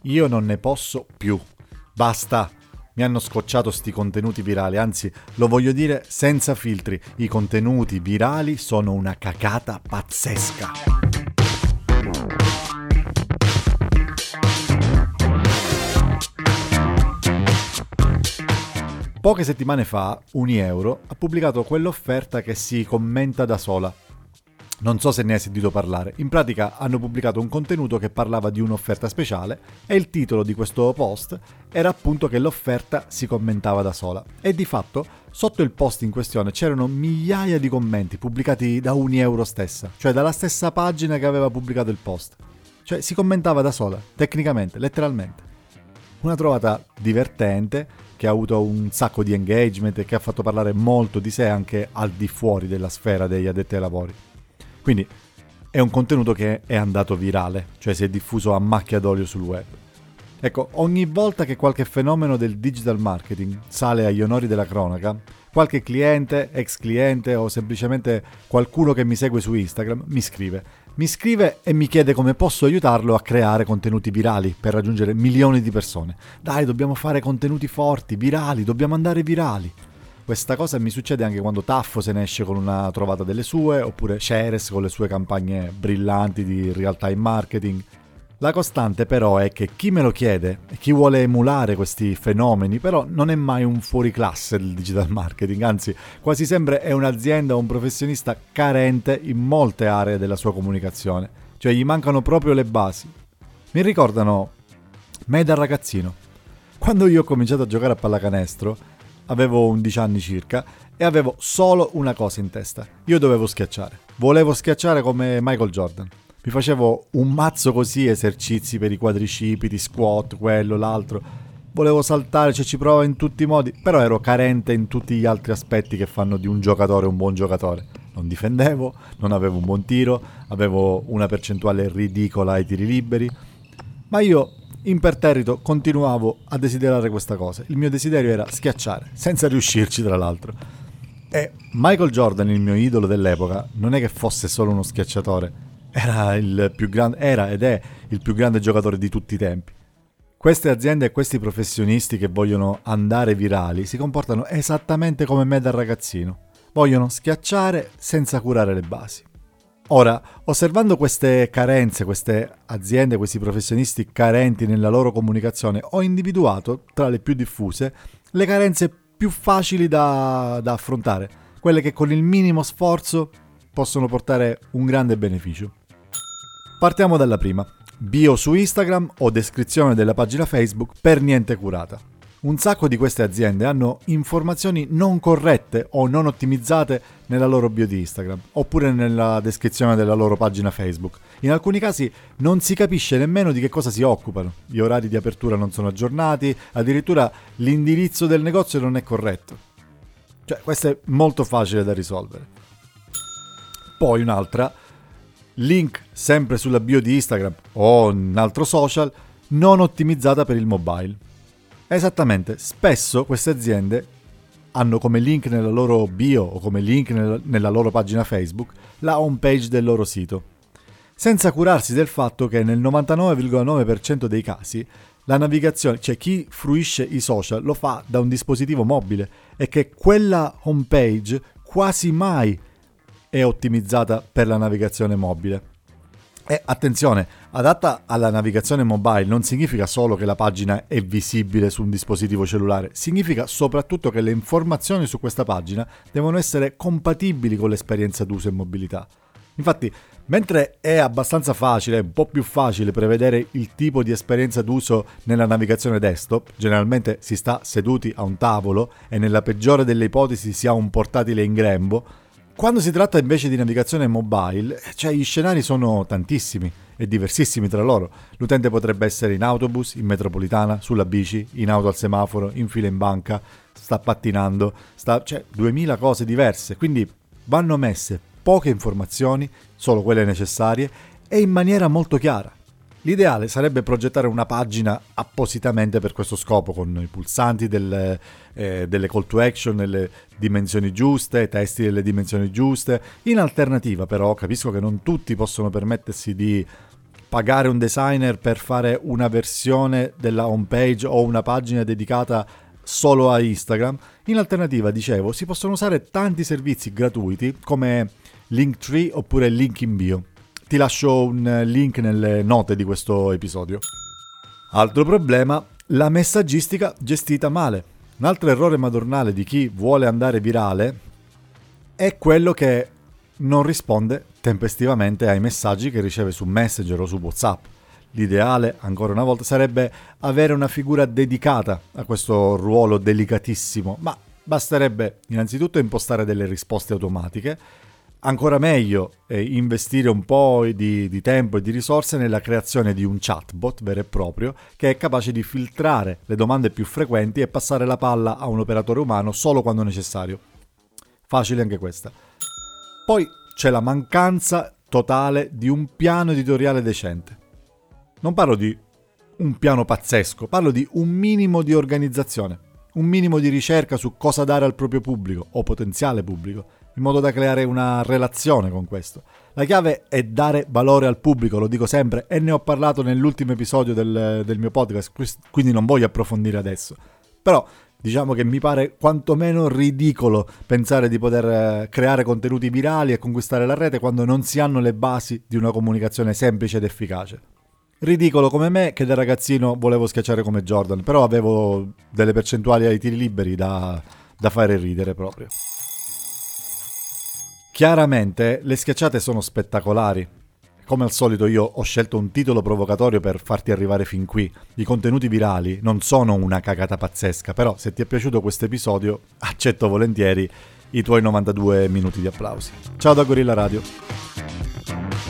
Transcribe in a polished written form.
Io non ne posso più. Basta. Mi hanno scocciato sti contenuti virali, anzi, lo voglio dire senza filtri. I contenuti virali sono una cacata pazzesca. Poche settimane fa, Unieuro ha pubblicato quell'offerta che si commenta da sola. Non so se ne hai sentito parlare. In pratica hanno pubblicato un contenuto che parlava di un'offerta speciale e il titolo di questo post era appunto che l'offerta si commentava da sola. E di fatto, sotto il post in questione c'erano migliaia di commenti pubblicati da Unieuro stessa, cioè dalla stessa pagina che aveva pubblicato il post. Cioè si commentava da sola, tecnicamente, letteralmente. Una trovata divertente, che ha avuto un sacco di engagement e che ha fatto parlare molto di sé anche al di fuori della sfera degli addetti ai lavori. Quindi è un contenuto che è andato virale, cioè si è diffuso a macchia d'olio sul web. Ecco, ogni volta che qualche fenomeno del digital marketing sale agli onori della cronaca, qualche cliente, ex cliente o semplicemente qualcuno che mi segue su Instagram mi scrive. Mi scrive e mi chiede come posso aiutarlo a creare contenuti virali per raggiungere milioni di persone. Dai, dobbiamo fare contenuti forti, virali, dobbiamo andare virali. Questa cosa mi succede anche quando Taffo se ne esce con una trovata delle sue, oppure Ceres con le sue campagne brillanti di real-time marketing. La costante però è che chi me lo chiede e chi vuole emulare questi fenomeni però non è mai un fuoriclasse del digital marketing, anzi quasi sempre è un'azienda o un professionista carente in molte aree della sua comunicazione, cioè gli mancano proprio le basi. Mi ricordano me da ragazzino. Quando io ho cominciato a giocare a pallacanestro avevo 11 anni circa e avevo solo una cosa in testa. Io dovevo schiacciare. Volevo schiacciare come Michael Jordan. Mi facevo un mazzo così, esercizi per i quadricipiti, squat, quello, l'altro. Volevo saltare, cioè ci provo in tutti i modi, però ero carente in tutti gli altri aspetti che fanno di un giocatore un buon giocatore. Non difendevo, non avevo un buon tiro, avevo una percentuale ridicola ai tiri liberi, ma io imperterrito continuavo a desiderare questa cosa. Il mio desiderio era schiacciare, senza riuscirci tra l'altro. E Michael Jordan, il mio idolo dell'epoca, non è che fosse solo uno schiacciatore, era ed è il più grande giocatore di tutti i tempi. Queste aziende e questi professionisti che vogliono andare virali si comportano esattamente come me da ragazzino. Vogliono schiacciare senza curare le basi. Ora, osservando queste carenze, queste aziende, questi professionisti carenti nella loro comunicazione, ho individuato, tra le più diffuse, le carenze più facili da affrontare, quelle che con il minimo sforzo possono portare un grande beneficio. Partiamo dalla prima. Bio su Instagram o descrizione della pagina Facebook per niente curata. Un sacco di queste aziende hanno informazioni non corrette o non ottimizzate nella loro bio di Instagram, oppure nella descrizione della loro pagina Facebook. In alcuni casi non si capisce nemmeno di che cosa si occupano, gli orari di apertura non sono aggiornati, addirittura l'indirizzo del negozio non è corretto. Cioè, questo è molto facile da risolvere. Poi un'altra, link sempre sulla bio di Instagram o un altro social, non ottimizzata per il mobile. Esattamente, spesso queste aziende hanno come link nella loro bio o come link nella loro pagina Facebook la home page del loro sito, senza curarsi del fatto che nel 99,9% dei casi la navigazione, cioè chi fruisce i social lo fa da un dispositivo mobile e che quella home page quasi mai è ottimizzata per la navigazione mobile. E attenzione, adatta alla navigazione mobile non significa solo che la pagina è visibile su un dispositivo cellulare, significa soprattutto che le informazioni su questa pagina devono essere compatibili con l'esperienza d'uso e mobilità. Infatti, mentre è abbastanza facile, un po' più facile prevedere il tipo di esperienza d'uso nella navigazione desktop, generalmente si sta seduti a un tavolo e nella peggiore delle ipotesi si ha un portatile in grembo, quando si tratta invece di navigazione mobile, cioè gli scenari sono tantissimi e diversissimi tra loro. L'utente potrebbe essere in autobus, in metropolitana, sulla bici, in auto al semaforo, in fila in banca, sta pattinando, cioè 2000 cose diverse, quindi vanno messe poche informazioni, solo quelle necessarie, e in maniera molto chiara. L'ideale sarebbe progettare una pagina appositamente per questo scopo, con i pulsanti delle call to action nelle dimensioni giuste, testi delle dimensioni giuste. In alternativa però, capisco che non tutti possono permettersi di pagare un designer per fare una versione della homepage o una pagina dedicata solo a Instagram. In alternativa, dicevo, si possono usare tanti servizi gratuiti come Linktree oppure Link in Bio. Ti lascio un link nelle note di questo episodio. Altro problema, la messaggistica gestita male. Un altro errore madornale di chi vuole andare virale è quello che non risponde tempestivamente ai messaggi che riceve su Messenger o su WhatsApp. L'ideale, ancora una volta, sarebbe avere una figura dedicata a questo ruolo delicatissimo, ma basterebbe innanzitutto impostare delle risposte automatiche. Ancora meglio investire un po' di tempo e di risorse nella creazione di un chatbot vero e proprio che è capace di filtrare le domande più frequenti e passare la palla a un operatore umano solo quando necessario. Facile anche questa. Poi c'è la mancanza totale di un piano editoriale decente. Non parlo di un piano pazzesco, parlo di un minimo di organizzazione, un minimo di ricerca su cosa dare al proprio pubblico o potenziale pubblico, in modo da creare una relazione con questo. La chiave è dare valore al pubblico, lo dico sempre, e ne ho parlato nell'ultimo episodio del mio podcast, quindi non voglio approfondire adesso. Però diciamo che mi pare quantomeno ridicolo pensare di poter creare contenuti virali e conquistare la rete quando non si hanno le basi di una comunicazione semplice ed efficace. Ridicolo come me che da ragazzino volevo schiacciare come Jordan, però avevo delle percentuali ai tiri liberi da fare ridere proprio. Chiaramente le schiacciate sono spettacolari. Come al solito io ho scelto un titolo provocatorio per farti arrivare fin qui. I contenuti virali non sono una cagata pazzesca, però se ti è piaciuto questo episodio accetto volentieri i tuoi 92 minuti di applausi. Ciao da Gorilla Radio.